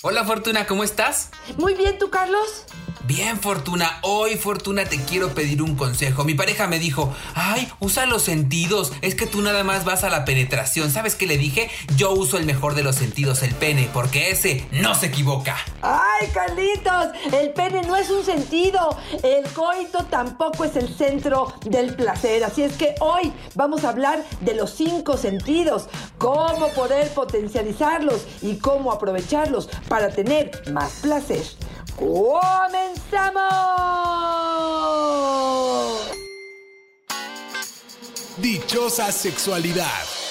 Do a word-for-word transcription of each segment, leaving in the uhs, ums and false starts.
Hola Fortuna, ¿cómo estás? Muy bien, ¿tú, Carlos? Bien, Fortuna. Hoy, Fortuna, te quiero pedir un consejo. Mi pareja me dijo, ay, usa los sentidos. Es que tú nada más vas a la penetración. ¿Sabes qué le dije? Yo uso el mejor de los sentidos, el pene, porque ese no se equivoca. Ay, Carlitos, el pene no es un sentido. El coito tampoco es el centro del placer. Así es que hoy vamos a hablar de los cinco sentidos, cómo poder potencializarlos y cómo aprovecharlos para tener más placer. ¡Comenzamos! Dichosa sexualidad.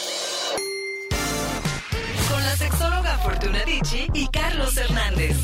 Con la sexóloga Fortuna Dicci y Carlos Hernández.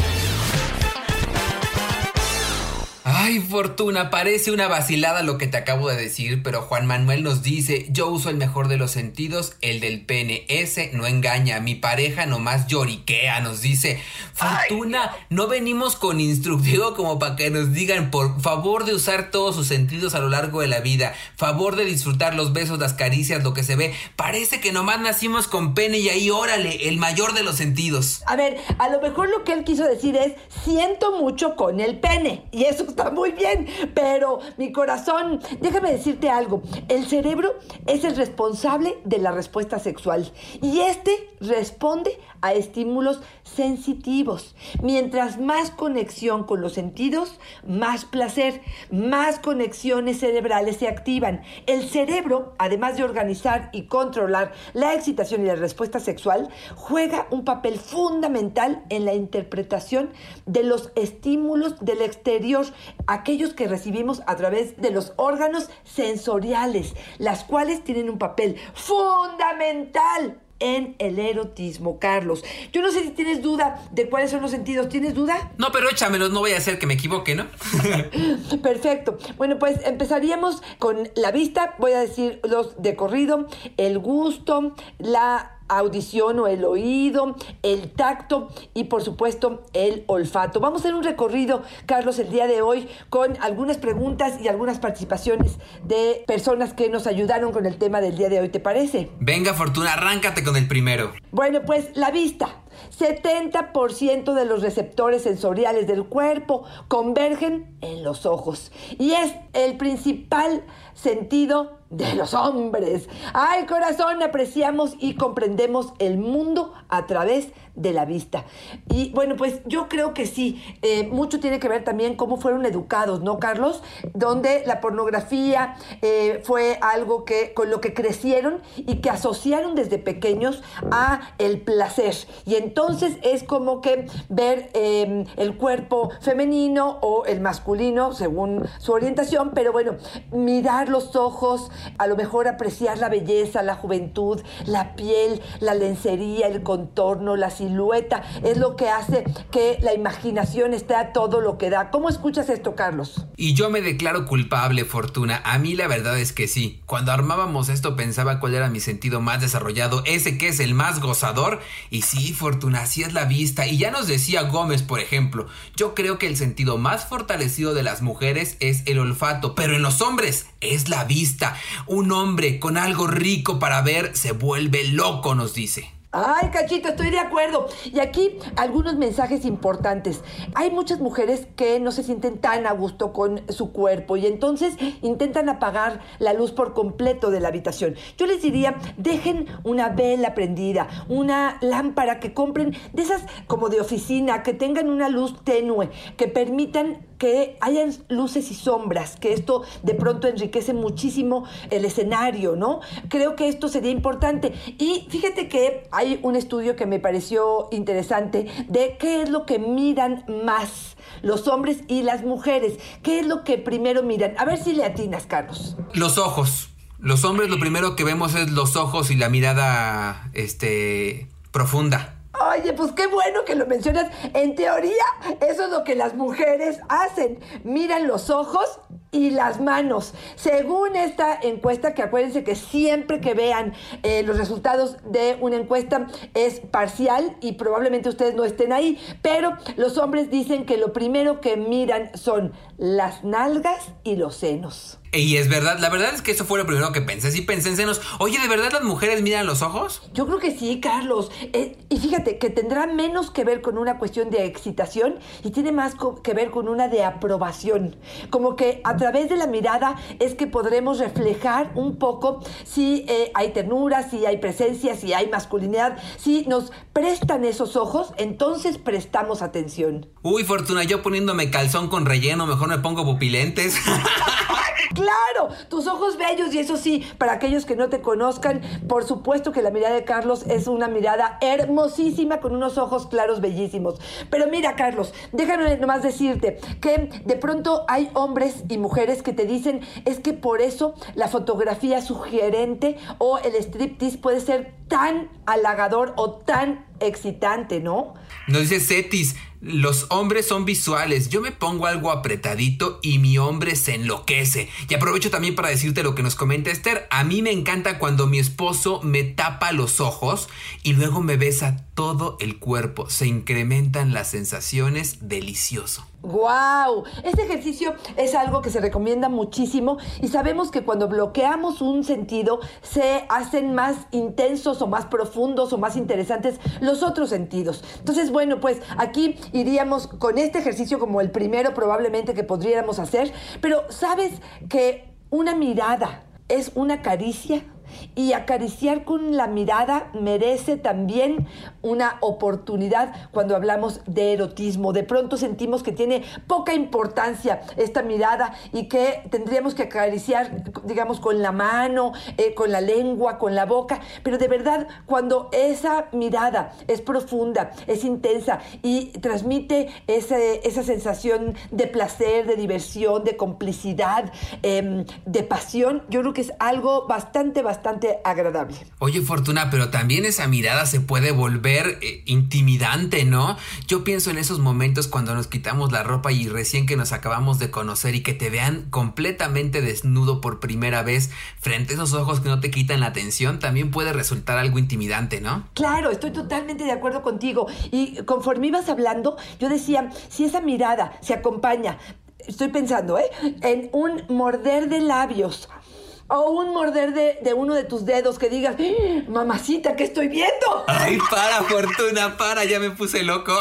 Ay, Fortuna, parece una vacilada lo que te acabo de decir, pero Juan Manuel nos dice, yo uso el mejor de los sentidos, el del pene, ese no engaña, mi pareja nomás lloriquea, nos dice, Fortuna, Ay. No venimos con instructivo como para que nos digan, por favor de usar todos sus sentidos a lo largo de la vida, favor de disfrutar los besos, las caricias, lo que se ve, parece que nomás nacimos con pene y ahí, órale, el mayor de los sentidos. A ver, a lo mejor lo que él quiso decir es, siento mucho con el pene, y eso está muy bien, pero mi corazón, déjame decirte algo, el cerebro es el responsable de la respuesta sexual y este responde a estímulos sensitivos. Mientras más conexión con los sentidos, más placer, más conexiones cerebrales se activan. El cerebro, además de organizar y controlar la excitación y la respuesta sexual, juega un papel fundamental en la interpretación de los estímulos del exterior, aquellos que recibimos a través de los órganos sensoriales, las cuales tienen un papel fundamental en el erotismo, Carlos. Yo no sé si tienes duda de cuáles son los sentidos. ¿Tienes duda? No, pero échamelos, no voy a hacer que me equivoque, ¿no? Perfecto. Bueno, pues empezaríamos con la vista. Voy a decir los de corrido. El gusto, la audición o el oído, el tacto y por supuesto el olfato. Vamos a hacer un recorrido, Carlos, el día de hoy con algunas preguntas y algunas participaciones de personas que nos ayudaron con el tema del día de hoy. ¿Te parece? Venga, Fortuna, arráncate con el primero. Bueno, pues la vista. setenta por ciento de los receptores sensoriales del cuerpo convergen en los ojos y es el principal sentido de los hombres. Ay, corazón, apreciamos y comprendemos el mundo a través de la vista. Y bueno, pues yo creo que sí, eh, mucho tiene que ver también cómo fueron educados, ¿no, Carlos? Donde la pornografía eh, fue algo que con lo que crecieron y que asociaron desde pequeños a el placer. Y entonces es como que ver eh, el cuerpo femenino o el masculino, según su orientación, pero bueno, mirar los ojos, a lo mejor apreciar la belleza, la juventud, la piel, la lencería, el contorno, la silueta, es lo que hace que la imaginación esté a todo lo que da. ¿Cómo escuchas esto, Carlos? Y yo me declaro culpable, Fortuna. A mí la verdad es que sí. Cuando armábamos esto pensaba cuál era mi sentido más desarrollado, ese que es el más gozador. Y sí, Fortuna, así es la vista. Y ya nos decía Gómez, por ejemplo, yo creo que el sentido más fortalecido de las mujeres es el olfato, pero en los hombres es la vista. Un hombre con algo rico para ver se vuelve loco, nos dice. Ay, Cachito, estoy de acuerdo. Y aquí algunos mensajes importantes. Hay muchas mujeres que no se sienten tan a gusto con su cuerpo y entonces intentan apagar la luz por completo de la habitación. Yo les diría, dejen una vela prendida, una lámpara que compren de esas como de oficina, que tengan una luz tenue, que permitan que hayan luces y sombras, que esto de pronto enriquece muchísimo el escenario, ¿no? Creo que esto sería importante. Y fíjate que hay un estudio que me pareció interesante de qué es lo que miran más los hombres y las mujeres. ¿Qué es lo que primero miran? A ver si le atinas, Carlos. Los ojos. Los hombres lo primero que vemos es los ojos y la mirada, este, profunda. Oye, pues qué bueno que lo mencionas. En teoría, eso es lo que las mujeres hacen. Miran los ojos y las manos. Según esta encuesta, que acuérdense que siempre que vean eh, los resultados de una encuesta es parcial y probablemente ustedes no estén ahí, pero los hombres dicen que lo primero que miran son las nalgas y los senos. Y es verdad, la verdad es que eso fue lo primero que pensé. Sí pensé en senos. Oye, ¿de verdad las mujeres miran los ojos? Yo creo que sí, Carlos. Eh, y fíjate que tendrá menos que ver con una cuestión de excitación y tiene más co- que ver con una de aprobación. Como que a través de la mirada es que podremos reflejar un poco si eh, hay ternura, si hay presencia, si hay masculinidad. Si nos prestan esos ojos, entonces prestamos atención. Uy, Fortuna, yo poniéndome calzón con relleno, mejor me pongo pupilentes. ¡Claro! Tus ojos bellos, y eso sí, para aquellos que no te conozcan, por supuesto que la mirada de Carlos es una mirada hermosísima con unos ojos claros bellísimos. Pero mira, Carlos, déjame nomás decirte que de pronto hay hombres y mujeres que te dicen es que por eso la fotografía sugerente o el striptease puede ser tan halagador o tan excitante, ¿no? Nos dice Cetis, los hombres son visuales. Yo me pongo algo apretadito y mi hombre se enloquece. Y aprovecho también para decirte lo que nos comenta Esther. A mí me encanta cuando mi esposo me tapa los ojos y luego me besa todo el cuerpo. Se incrementan las sensaciones, delicioso. ¡Guau! Este ejercicio es algo que se recomienda muchísimo y sabemos que cuando bloqueamos un sentido se hacen más intensos o más profundos o más interesantes los otros sentidos. Entonces, bueno, pues aquí iríamos con este ejercicio como el primero probablemente que podríamos hacer, pero ¿sabes que una mirada es una caricia? Y acariciar con la mirada merece también una oportunidad cuando hablamos de erotismo. De pronto sentimos que tiene poca importancia esta mirada y que tendríamos que acariciar, digamos, con la mano, eh, con la lengua, con la boca. Pero de verdad, cuando esa mirada es profunda, es intensa y transmite ese, esa sensación de placer, de diversión, de complicidad, eh, de pasión, yo creo que es algo bastante, bastante bastante agradable. Oye, Fortuna, pero también esa mirada se puede volver eh, intimidante, ¿no? Yo pienso en esos momentos cuando nos quitamos la ropa y recién que nos acabamos de conocer y que te vean completamente desnudo por primera vez frente a esos ojos que no te quitan la atención, también puede resultar algo intimidante, ¿no? Claro, estoy totalmente de acuerdo contigo. Y conforme ibas hablando, yo decía, si esa mirada se acompaña, estoy pensando, ¿eh? En un morder de labios, o un morder de, de uno de tus dedos que digas, ¡ah, mamacita, ¿qué estoy viendo? Ay, para, Fortuna, para, ya me puse loco.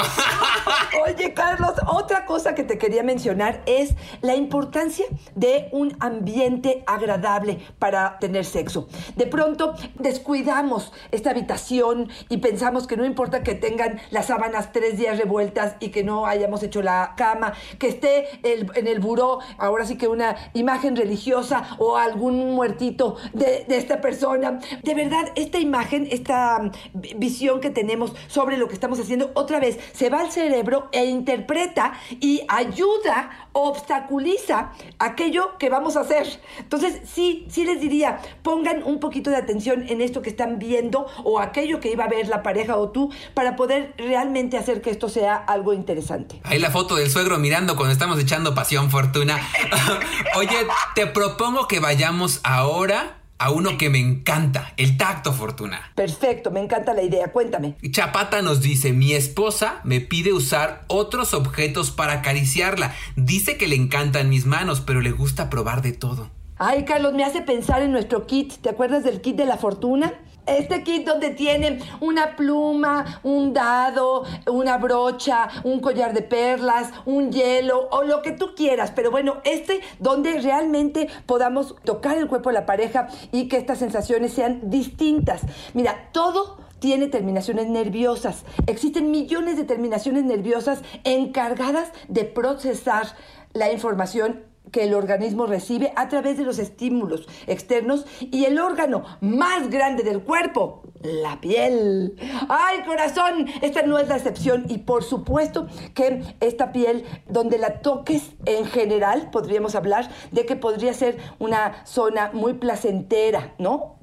Oye, Carlos, otra cosa que te quería mencionar es la importancia de un ambiente agradable para tener sexo. De pronto descuidamos esta habitación y pensamos que no importa que tengan las sábanas tres días revueltas y que no hayamos hecho la cama, que esté el, en el buró, ahora sí que una imagen religiosa o algún muertito de, de esta persona. De verdad, esta imagen, esta visión que tenemos sobre lo que estamos haciendo, otra vez se va al cerebro e interpreta y ayuda, obstaculiza aquello que vamos a hacer. Entonces, sí, sí les diría, pongan un poquito de atención en esto que están viendo o aquello que iba a ver la pareja o tú para poder realmente hacer que esto sea algo interesante. Ahí la foto del suegro mirando cuando estamos echando pasión, Fortuna. Oye, te propongo que vayamos ahora a uno que me encanta, el tacto, Fortuna. Perfecto, me encanta la idea, cuéntame. Chapata nos dice, mi esposa me pide usar otros objetos para acariciarla. Dice que le encantan mis manos, pero le gusta probar de todo. Ay, Carlos, me hace pensar en nuestro kit. ¿Te acuerdas del kit de la fortuna? Este kit donde tienen una pluma, un dado, una brocha, un collar de perlas, un hielo o lo que tú quieras. Pero bueno, este donde realmente podamos tocar el cuerpo de la pareja y que estas sensaciones sean distintas. Mira, todo tiene terminaciones nerviosas. Existen millones de terminaciones nerviosas encargadas de procesar la información que el organismo recibe a través de los estímulos externos y el órgano más grande del cuerpo, la piel. ¡Ay, corazón! Esta no es la excepción y por supuesto que esta piel, donde la toques en general, podríamos hablar de que podría ser una zona muy placentera, ¿no?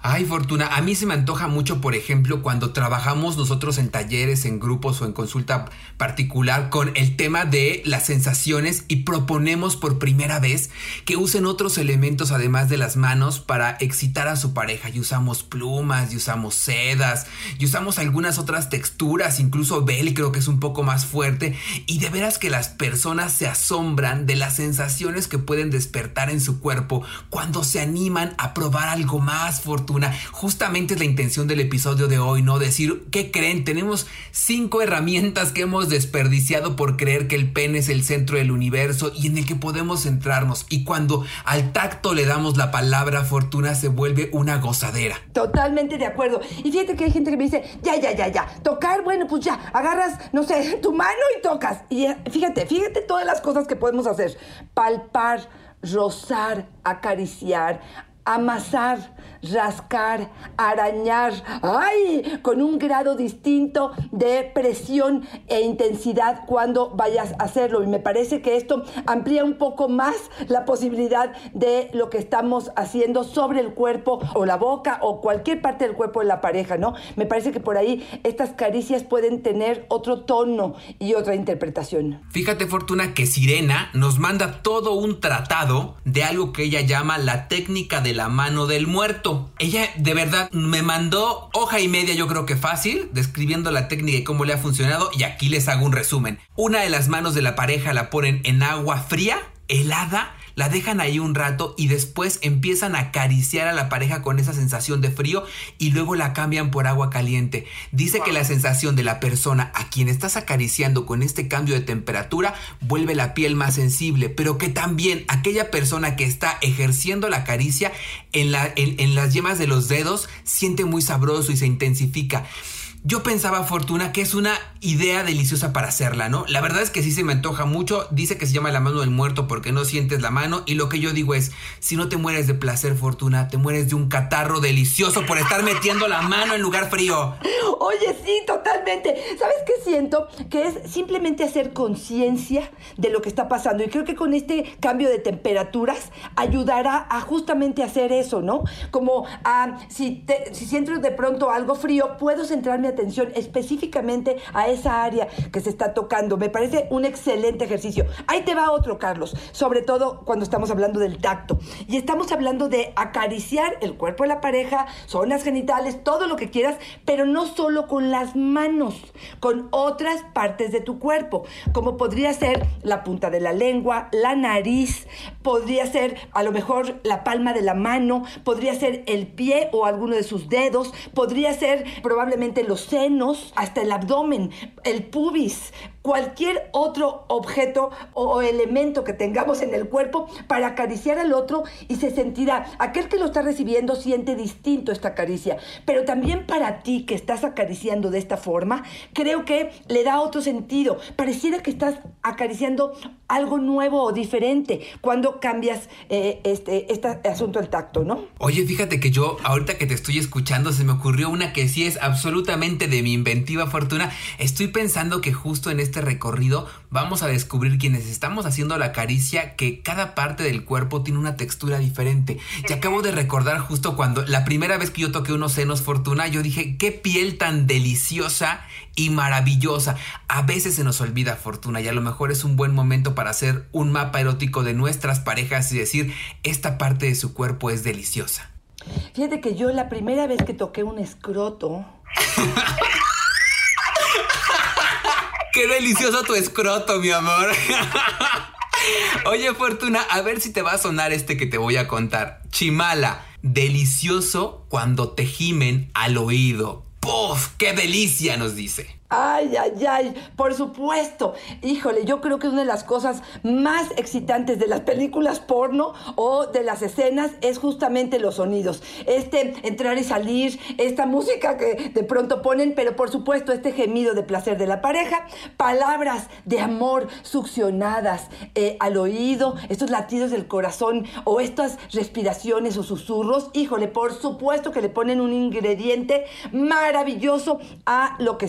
Ay, Fortuna, a mí se me antoja mucho, por ejemplo, cuando trabajamos nosotros en talleres, en grupos o en consulta particular con el tema de las sensaciones y proponemos por primera vez que usen otros elementos además de las manos para excitar a su pareja. Y usamos plumas, y usamos sedas, y usamos algunas otras texturas, incluso velcro, que es un poco más fuerte. Y de veras que las personas se asombran de las sensaciones que pueden despertar en su cuerpo cuando se animan a probar algo más, Fortuna. Justamente es la intención del episodio de hoy, ¿no? Decir, ¿qué creen? Tenemos cinco herramientas que hemos desperdiciado por creer que el pene es el centro del universo y en el que podemos centrarnos. Y cuando al tacto le damos la palabra, Fortuna, se vuelve una gozadera. Totalmente de acuerdo. Y fíjate que hay gente que me dice, ya, ya, ya, ya. Tocar, bueno, pues ya. Agarras, no sé, tu mano y tocas. Y fíjate, fíjate todas las cosas que podemos hacer. Palpar, rozar, acariciar, amasar, rascar, arañar, ¡ay! Con un grado distinto de presión e intensidad cuando vayas a hacerlo. Y me parece que esto amplía un poco más la posibilidad de lo que estamos haciendo sobre el cuerpo o la boca o cualquier parte del cuerpo de la pareja, ¿no? Me parece que por ahí estas caricias pueden tener otro tono y otra interpretación. Fíjate, Fortuna, que Sirena nos manda todo un tratado de algo que ella llama la técnica de la mano del muerto. Ella de verdad me mandó hoja y media, yo creo que fácil, describiendo la técnica y cómo le ha funcionado, y aquí les hago un resumen. Una de las manos de la pareja la ponen en agua fría, helada, la dejan ahí un rato y después empiezan a acariciar a la pareja con esa sensación de frío y luego la cambian por agua caliente. Dice que la sensación de la persona a quien estás acariciando con este cambio de temperatura vuelve la piel más sensible, pero que también aquella persona que está ejerciendo la caricia en, la, en, en las yemas de los dedos siente muy sabroso y se intensifica. Yo pensaba, Fortuna, que es una idea deliciosa para hacerla, ¿no? La verdad es que sí se me antoja mucho. Dice que se llama la mano del muerto porque no sientes la mano. Y lo que yo digo es, si no te mueres de placer, Fortuna, te mueres de un catarro delicioso por estar metiendo la mano en lugar frío. Oye, sí, totalmente. ¿Sabes qué siento? Que es simplemente hacer conciencia de lo que está pasando. Y creo que con este cambio de temperaturas ayudará a justamente hacer eso, ¿no? Como a, si, te, si siento de pronto algo frío, puedo centrarme atención específicamente a esa área que se está tocando. Me parece un excelente ejercicio. Ahí te va otro, Carlos, sobre todo cuando estamos hablando del tacto. Y estamos hablando de acariciar el cuerpo de la pareja, zonas genitales, todo lo que quieras, pero no solo con las manos, con otras partes de tu cuerpo, como podría ser la punta de la lengua, la nariz, podría ser a lo mejor la palma de la mano, podría ser el pie o alguno de sus dedos, podría ser probablemente los senos, hasta el abdomen, el pubis, cualquier otro objeto o elemento que tengamos en el cuerpo para acariciar al otro y se sentirá, aquel que lo está recibiendo siente distinto esta caricia, pero también para ti que estás acariciando de esta forma, creo que le da otro sentido, pareciera que estás acariciando algo nuevo o diferente cuando cambias eh, este, este asunto del tacto, ¿no? Oye, fíjate que yo, ahorita que te estoy escuchando, se me ocurrió una que sí es absolutamente de mi inventiva, Fortuna. Estoy pensando que justo en este recorrido vamos a descubrir, quienes estamos haciendo la caricia, que cada parte del cuerpo tiene una textura diferente. Y acabo de recordar justo cuando la primera vez que yo toqué unos senos, Fortuna, yo dije, qué piel tan deliciosa y maravillosa. A veces se nos olvida, Fortuna, y a lo mejor es un buen momento para hacer un mapa erótico de nuestras parejas y decir, esta parte de su cuerpo es deliciosa. Fíjate que yo la primera vez que toqué un escroto... ¡Qué delicioso tu escroto, mi amor! Oye, Fortuna, a ver si te va a sonar este que te voy a contar. Chimala, delicioso cuando te gimen al oído. ¡Puf! ¡Qué delicia!, nos dice. Ay, ay, ay, por supuesto. Híjole, yo creo que una de las cosas más excitantes de las películas porno o de las escenas es justamente los sonidos. Este entrar y salir, esta música que de pronto ponen, pero por supuesto este gemido de placer de la pareja, palabras de amor succionadas eh, al oído, estos latidos del corazón o estas respiraciones o susurros. Híjole, por supuesto que le ponen un ingrediente maravilloso a lo que estamos haciendo.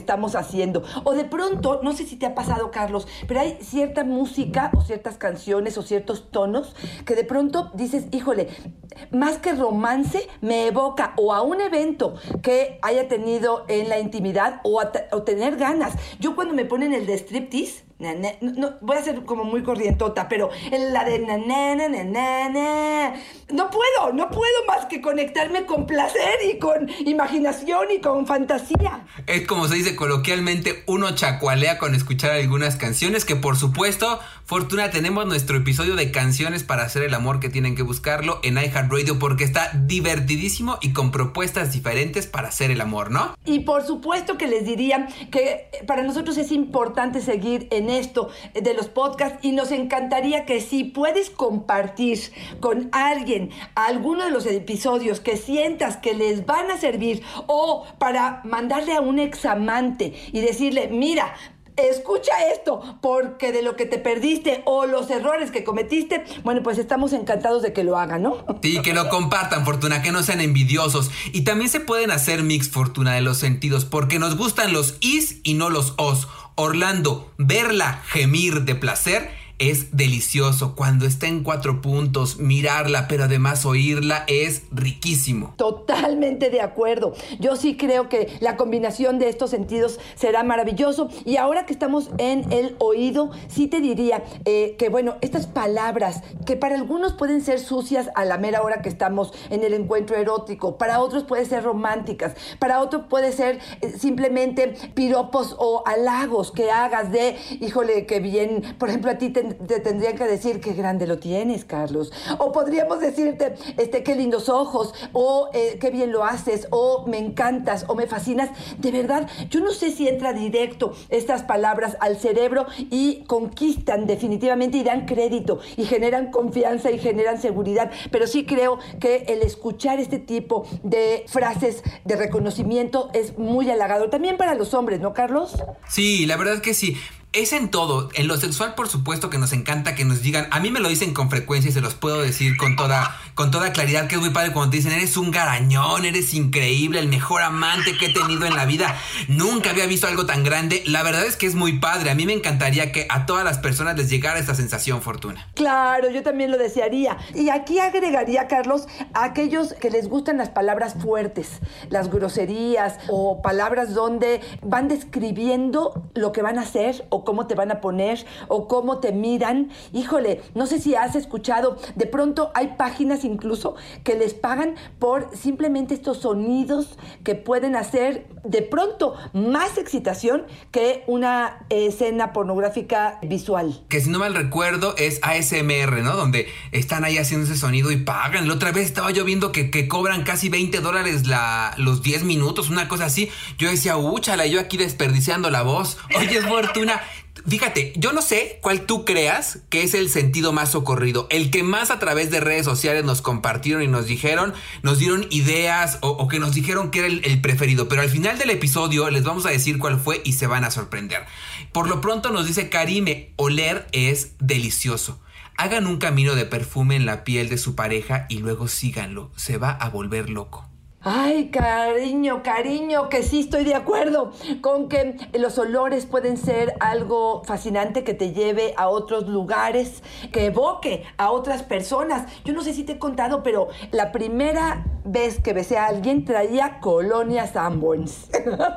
haciendo. O de pronto, no sé si te ha pasado, Carlos, pero hay cierta música o ciertas canciones o ciertos tonos que de pronto dices, híjole, más que romance, me evoca o a un evento que haya tenido en la intimidad o, a t- o tener ganas. Yo cuando me ponen el de striptease, Na, na, no, voy a ser como muy corrientota, pero en la de na, na, na, na, na, na, no puedo, no puedo más que conectarme con placer y con imaginación y con fantasía. Es como se dice coloquialmente, uno chacualea con escuchar algunas canciones, que por supuesto, Fortuna, tenemos nuestro episodio de canciones para hacer el amor, que tienen que buscarlo en iHeartRadio porque está divertidísimo y con propuestas diferentes para hacer el amor, ¿no? Y por supuesto que les diría que para nosotros es importante seguir en esto de los podcasts y nos encantaría que si puedes compartir con alguien alguno de los episodios que sientas que les van a servir o para mandarle a un examante y decirle, mira, escucha esto, porque de lo que te perdiste o los errores que cometiste, bueno, pues estamos encantados de que lo hagan, ¿no? Sí, que lo compartan, Fortuna, que no sean envidiosos. Y también se pueden hacer mix, Fortuna, de los sentidos, porque nos gustan los is y no los os. Orlando, verla gemir de placer es delicioso. Cuando está en cuatro puntos, mirarla, pero además oírla es riquísimo. Totalmente de acuerdo. Yo sí creo que la combinación de estos sentidos será maravilloso. Y ahora que estamos en el oído, sí te diría eh, que, bueno, estas palabras que para algunos pueden ser sucias a la mera hora que estamos en el encuentro erótico, para otros pueden ser románticas, para otros puede ser eh, simplemente piropos o halagos que hagas de, híjole, qué bien, por ejemplo, a ti te te tendrían que decir qué grande lo tienes, Carlos. O podríamos decirte, este, qué lindos ojos, o eh, qué bien lo haces, o me encantas, o me fascinas. De verdad, yo no sé si entra directo estas palabras al cerebro y conquistan definitivamente y dan crédito y generan confianza y generan seguridad. Pero sí creo que el escuchar este tipo de frases de reconocimiento es muy halagador. También para los hombres, ¿no, Carlos? Sí, la verdad que sí. Es en todo. En lo sexual, por supuesto, que nos encanta que nos digan. A mí me lo dicen con frecuencia y se los puedo decir con toda, con toda claridad, que es muy padre cuando te dicen, eres un garañón, eres increíble, el mejor amante que he tenido en la vida. Nunca había visto algo tan grande. La verdad es que es muy padre. A mí me encantaría que a todas las personas les llegara esta sensación, Fortuna. Claro, yo también lo desearía. Y aquí agregaría, Carlos, a aquellos que les gustan las palabras fuertes, las groserías o palabras donde van describiendo lo que van a hacer o cómo te van a poner o cómo te miran. Híjole, no sé si has escuchado, de pronto hay páginas incluso que les pagan por simplemente estos sonidos que pueden hacer de pronto más excitación que una escena pornográfica visual. Que si no mal recuerdo es A S M R, ¿no? Donde están ahí haciendo ese sonido y pagan. La otra vez estaba yo viendo que, que cobran casi veinte dólares la, los diez minutos, una cosa así. Yo decía, úchala, yo aquí desperdiciando la voz. Oye, Fortuna, fíjate, yo no sé cuál tú creas que es el sentido más socorrido, el que más a través de redes sociales nos compartieron y nos dijeron, nos dieron ideas o, o que nos dijeron que era el, el preferido, pero al final del episodio les vamos a decir cuál fue y se van a sorprender. Por lo pronto nos dice Karime, oler es delicioso. Hagan un camino de perfume en la piel de su pareja y luego síganlo, se va a volver loco. Ay, cariño, cariño, que sí estoy de acuerdo con que los olores pueden ser algo fascinante que te lleve a otros lugares, que evoque a otras personas. Yo no sé si te he contado, pero la primera vez que besé a alguien traía colonia Sanborns.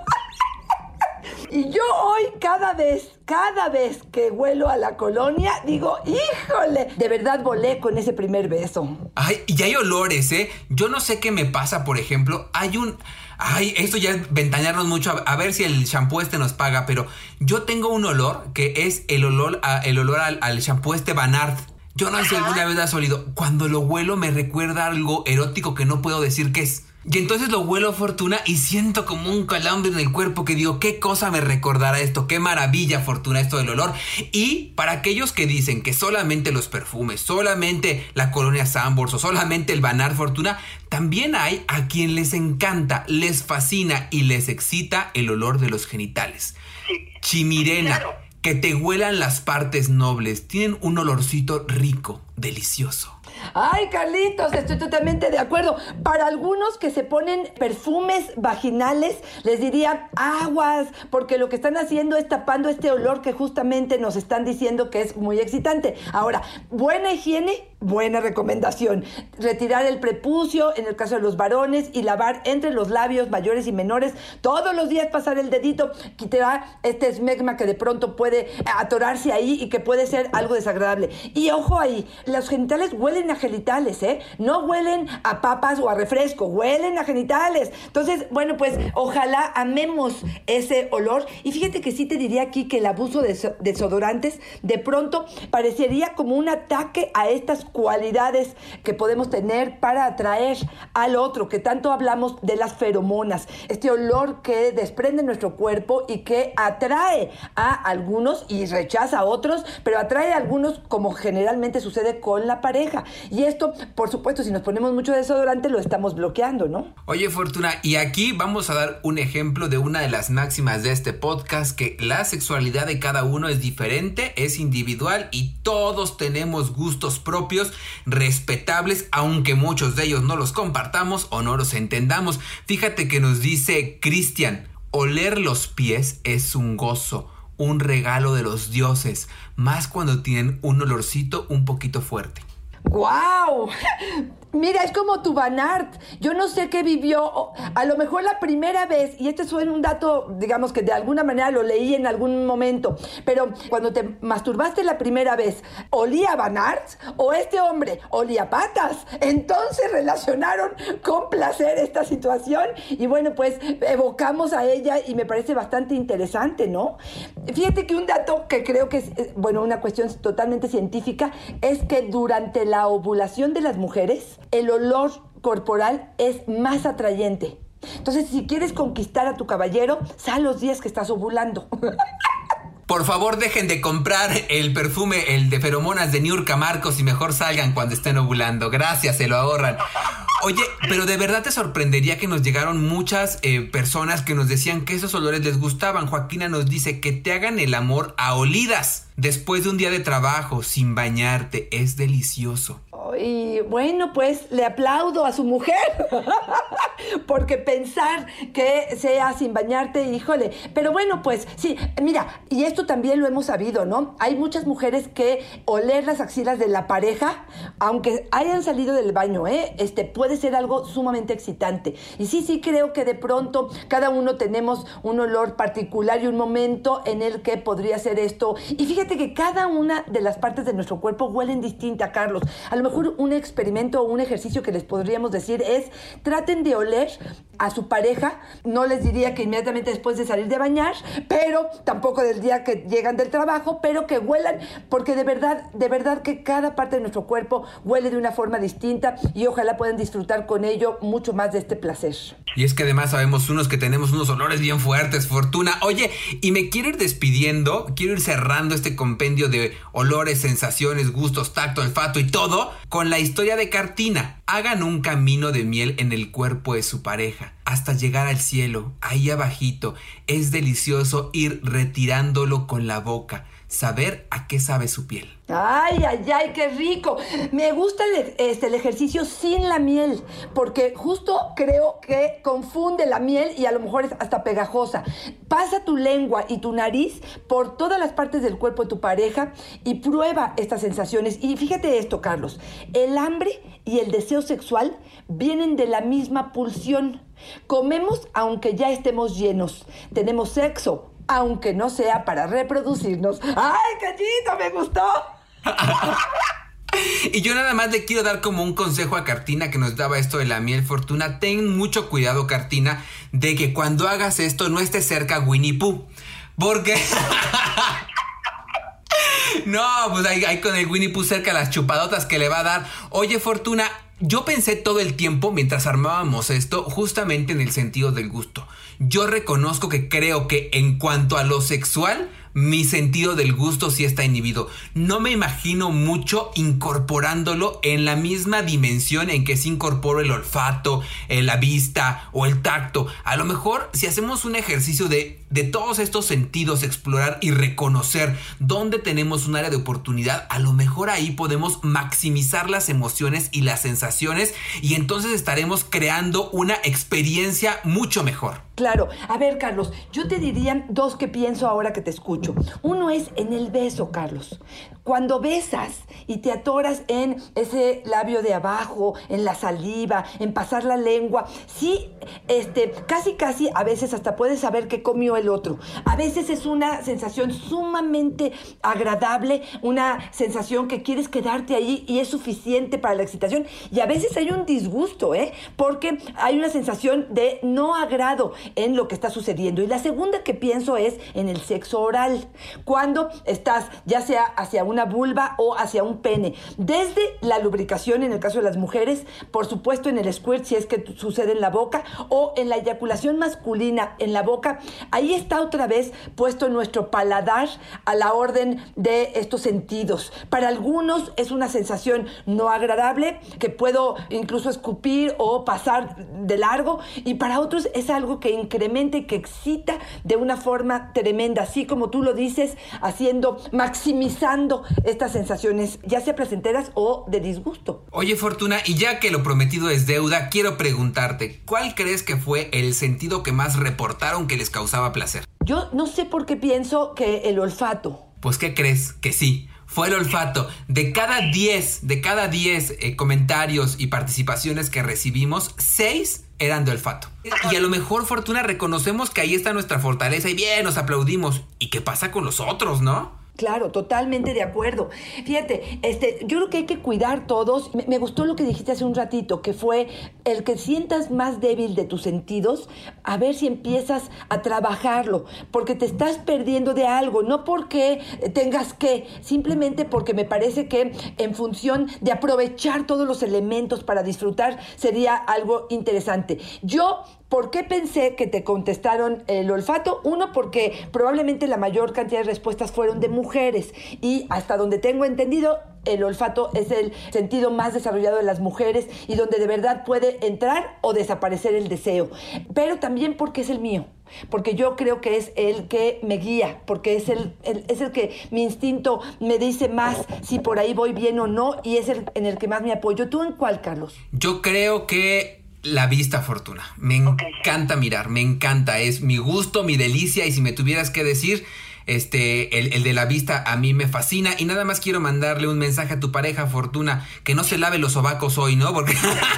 Y yo hoy cada vez, cada vez que huelo a la colonia, digo, híjole, de verdad volé con ese primer beso. Ay, y hay olores, ¿eh? Yo no sé qué me pasa, por ejemplo, hay un... Ay, esto ya es ventanearnos mucho, a, a ver si el shampoo este nos paga, pero yo tengo un olor que es el olor, a, el olor al, al shampoo este Van Art. Yo no sé si alguna vez has olido. Cuando lo huelo me recuerda algo erótico que no puedo decir qué es. Y entonces lo huelo, Fortuna, y siento como un calambre en el cuerpo que digo, ¿qué cosa me recordará esto? ¡Qué maravilla, Fortuna, esto del olor! Y para aquellos que dicen que solamente los perfumes, solamente la colonia Sanborns o solamente el Van Art, Fortuna, también hay a quien les encanta, les fascina y les excita el olor de los genitales. Sí. Chimirena, Claro. que te huelan las partes nobles, tienen un olorcito rico, delicioso. Ay, Carlitos, estoy totalmente de acuerdo. Para algunos que se ponen perfumes vaginales, les diría aguas, porque lo que están haciendo es tapando este olor que justamente nos están diciendo que es muy excitante. Ahora, buena higiene, buena recomendación. Retirar el prepucio, en el caso de los varones, y lavar entre los labios mayores y menores. Todos los días pasar el dedito, quitar este esmegma que de pronto puede atorarse ahí y que puede ser algo desagradable. Y ojo ahí, los genitales huelen a genitales, ¿eh? No huelen a papas o a refresco, huelen a genitales. Entonces, bueno, pues ojalá amemos ese olor. Y fíjate que sí te diría aquí que el abuso de so- desodorantes de pronto parecería como un ataque a estas cualidades que podemos tener para atraer al otro, que tanto hablamos de las feromonas, este olor que desprende nuestro cuerpo y que atrae a algunos y rechaza a otros, pero atrae a algunos, como generalmente sucede con la pareja. Y esto, por supuesto, si nos ponemos mucho desodorante, lo estamos bloqueando, ¿no? Oye, Fortuna, y aquí vamos a dar un ejemplo de una de las máximas de este podcast, que la sexualidad de cada uno es diferente, es individual y todos tenemos gustos propios respetables, aunque muchos de ellos no los compartamos o no los entendamos. Fíjate que nos dice Cristian: oler los pies es un gozo, un regalo de los dioses, más cuando tienen un olorcito un poquito fuerte. ¡Guau! Mira, es como tu Van Aert. Yo no sé qué vivió. A lo mejor la primera vez, y este fue un dato, digamos que de alguna manera lo leí en algún momento, pero cuando te masturbaste la primera vez, ¿olía Van Aert o este hombre olía patas? Entonces relacionaron con placer esta situación y bueno, pues evocamos a ella y me parece bastante interesante, ¿no? Fíjate que un dato que creo que es, bueno, una cuestión totalmente científica, es que durante la ovulación de las mujeres, el olor corporal es más atrayente. Entonces, si quieres conquistar a tu caballero, sal los días que estás ovulando. Por favor, dejen de comprar el perfume, el de feromonas de Niurka Marcos, y mejor salgan cuando estén ovulando. Gracias, se lo ahorran. Oye, pero de verdad te sorprendería que nos llegaron muchas eh, personas que nos decían que esos olores les gustaban. Joaquina nos dice que te hagan el amor a olidas después de un día de trabajo, sin bañarte. Es delicioso. Y bueno, pues le aplaudo a su mujer, porque pensar que sea sin bañarte, híjole. Pero bueno, pues sí, mira, y esto también lo hemos sabido, ¿no? Hay muchas mujeres que oler las axilas de la pareja, aunque hayan salido del baño, ¿eh? Este puede ser algo sumamente excitante. Y sí, sí creo que de pronto cada uno tenemos un olor particular y un momento en el que podría ser esto. Y fíjate que cada una de las partes de nuestro cuerpo huelen distinta, Carlos. A lo mejor un experimento o un ejercicio que les podríamos decir es: traten de oler a su pareja. No les diría que inmediatamente después de salir de bañar, pero tampoco del día que llegan del trabajo, pero que huelan, porque de verdad, de verdad que cada parte de nuestro cuerpo huele de una forma distinta y ojalá puedan disfrutar con ello mucho más de este placer. Y es que además sabemos unos que tenemos unos olores bien fuertes, Fortuna. Oye, y me quiero ir despidiendo, quiero ir cerrando este compendio de olores, sensaciones, gustos, tacto, olfato y todo con la historia de Cartina. Hagan un camino de miel en el cuerpo de su pareja hasta llegar al cielo, ahí abajito. Es delicioso ir retirándolo con la boca, saber a qué sabe su piel. Ay, ay, ay, qué rico. Me gusta el, este, el ejercicio sin la miel, porque justo creo que confunde la miel y a lo mejor es hasta pegajosa. Pasa tu lengua y tu nariz por todas las partes del cuerpo de tu pareja y prueba estas sensaciones. Y fíjate esto, Carlos, el hambre y el deseo sexual vienen de la misma pulsión. Comemos aunque ya estemos llenos. Tenemos sexo aunque no sea para reproducirnos. ¡Ay, cachito, me gustó! Y yo nada más le quiero dar como un consejo a Cartina, que nos daba esto de la miel, Fortuna. Ten mucho cuidado, Cartina, de que cuando hagas esto no estés cerca Winnie Pooh, porque... no, pues hay, hay con el Winnie Pooh cerca las chupadotas que le va a dar. Oye, Fortuna, yo pensé todo el tiempo mientras armábamos esto justamente en el sentido del gusto. Yo reconozco que creo que en cuanto a lo sexual mi sentido del gusto sí está inhibido. No me imagino mucho incorporándolo en la misma dimensión en que se incorpora el olfato, eh, la vista o el tacto. A lo mejor si hacemos un ejercicio de, de todos estos sentidos, explorar y reconocer dónde tenemos un área de oportunidad, a lo mejor ahí podemos maximizar las emociones y las sensaciones y entonces estaremos creando una experiencia mucho mejor. Claro. A ver, Carlos, yo te diría dos que pienso ahora que te escucho. Uno es en el beso, Carlos. Cuando besas y te atoras en ese labio de abajo, en la saliva, en pasar la lengua, sí, este, casi casi a veces hasta puedes saber qué comió el otro. A veces es una sensación sumamente agradable, una sensación que quieres quedarte ahí y es suficiente para la excitación. Y a veces hay un disgusto, ¿eh? Porque hay una sensación de no agrado en lo que está sucediendo. Y la segunda que pienso es en el sexo oral, cuando estás ya sea hacia una vulva o hacia un pene, desde la lubricación en el caso de las mujeres, por supuesto en el squirt si es que sucede en la boca, o en la eyaculación masculina en la boca. Ahí está otra vez puesto nuestro paladar a la orden de estos sentidos. Para algunos es una sensación no agradable que puedo incluso escupir o pasar de largo, y para otros es algo que incrementa y que excita de una forma tremenda, así como tú lo dices, haciendo, maximizando estas sensaciones, ya sea placenteras o de disgusto. Oye, Fortuna, y ya que lo prometido es deuda, quiero preguntarte, ¿cuál crees que fue el sentido que más reportaron que les causaba placer? Yo no sé por qué pienso que el olfato. Pues, ¿qué crees? Que sí. Fue el olfato. De cada diez, de cada diez eh, comentarios y participaciones que recibimos, seis eran de olfato. Y a lo mejor, Fortuna, reconocemos que ahí está nuestra fortaleza y bien, nos aplaudimos. ¿Y qué pasa con los otros, no? Claro, totalmente de acuerdo. Fíjate, este, yo creo que hay que cuidar todos. Me, me gustó lo que dijiste hace un ratito, que fue el que sientas más débil de tus sentidos, a ver si empiezas a trabajarlo, porque te estás perdiendo de algo, no porque tengas que, simplemente porque me parece que en función de aprovechar todos los elementos para disfrutar sería algo interesante. Yo ¿por qué pensé que te contestaron el olfato? Uno, porque probablemente la mayor cantidad de respuestas fueron de mujeres y hasta donde tengo entendido, el olfato es el sentido más desarrollado de las mujeres y donde de verdad puede entrar o desaparecer el deseo. Pero también porque es el mío, porque yo creo que es el que me guía, porque es el, el, es el que mi instinto me dice más si por ahí voy bien o no, y es el en el que más me apoyo. ¿Tú en cuál, Carlos? Yo creo que la vista, Fortuna. Me Okay. encanta mirar, me encanta. Es mi gusto, mi delicia. Y si me tuvieras que decir, este, el, el de la vista a mí me fascina. Y nada más quiero mandarle un mensaje a tu pareja, Fortuna, que no se lave los sobacos hoy, ¿no? Porque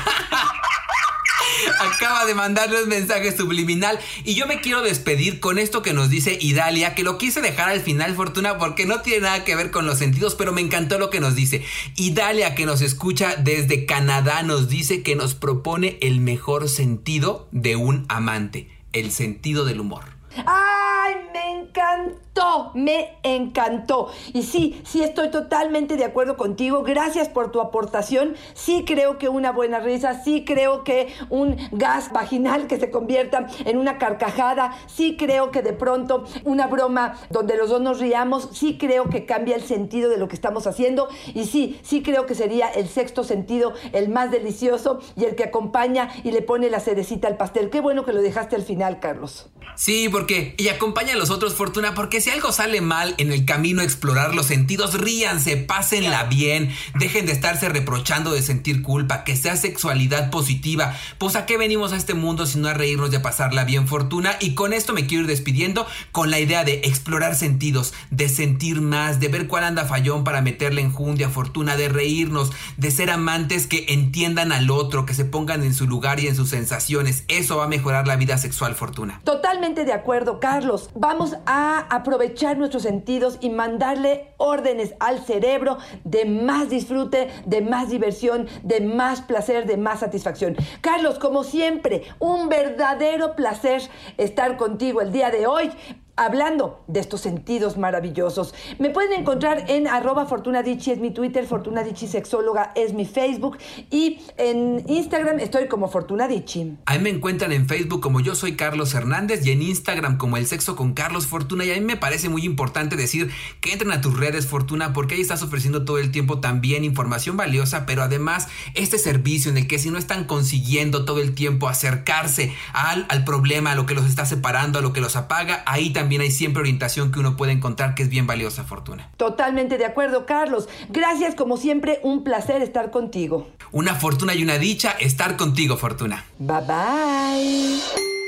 acaba de mandarle un mensaje subliminal. Y yo me quiero despedir con esto que nos dice Idalia, que lo quise dejar al final, Fortuna, porque no tiene nada que ver con los sentidos, pero me encantó lo que nos dice. Idalia, que nos escucha desde Canadá, nos dice que nos propone el mejor sentido de un amante, el sentido del humor. ¡Ay, me encantó! Me encantó. Y sí, sí estoy totalmente de acuerdo contigo. Gracias por tu aportación. Sí creo que una buena risa, sí creo que un gas vaginal que se convierta en una carcajada, sí creo que de pronto una broma donde los dos nos riamos, sí creo que cambia el sentido de lo que estamos haciendo. Y sí, sí creo que sería el sexto sentido el más delicioso y el que acompaña y le pone la cerecita al pastel. Qué bueno que lo dejaste al final, Carlos. Sí, porque, y acompaña a los otros, Fortuna, porque si algo sale mal en el camino a explorar los sentidos, ríanse, pásenla bien, dejen de estarse reprochando de sentir culpa, que sea sexualidad positiva. Pues ¿a qué venimos a este mundo sino a reírnos y a pasarla bien, Fortuna? Y con esto me quiero ir despidiendo con la idea de explorar sentidos, de sentir más, de ver cuál anda fallón para meterle enjundia, Fortuna, de reírnos, de ser amantes que entiendan al otro, que se pongan en su lugar y en sus sensaciones. Eso va a mejorar la vida sexual, Fortuna. Totalmente de acuerdo, Carlos. Vamos a aprovechar nuestros sentidos y mandarle órdenes al cerebro de más disfrute, de más diversión, de más placer, de más satisfacción. Carlos, como siempre, un verdadero placer estar contigo el día de hoy. hablando de estos sentidos maravillosos. Me pueden encontrar en arroba fortunadichi, es mi Twitter, fortunadichi sexóloga es mi Facebook, y en Instagram estoy como fortunadichi. Ahí me encuentran en Facebook como Yo Soy Carlos Hernández y en Instagram como El Sexo con Carlos Fortuna. Y a mí me parece muy importante decir que entren a tus redes, Fortuna, porque ahí estás ofreciendo todo el tiempo también información valiosa, pero además este servicio en el que si no están consiguiendo todo el tiempo acercarse al, al problema, a lo que los está separando, a lo que los apaga, ahí también También hay siempre orientación que uno puede encontrar que es bien valiosa, Fortuna. Totalmente de acuerdo, Carlos. Gracias, como siempre, un placer estar contigo. Una fortuna y una dicha estar contigo, Fortuna. Bye bye.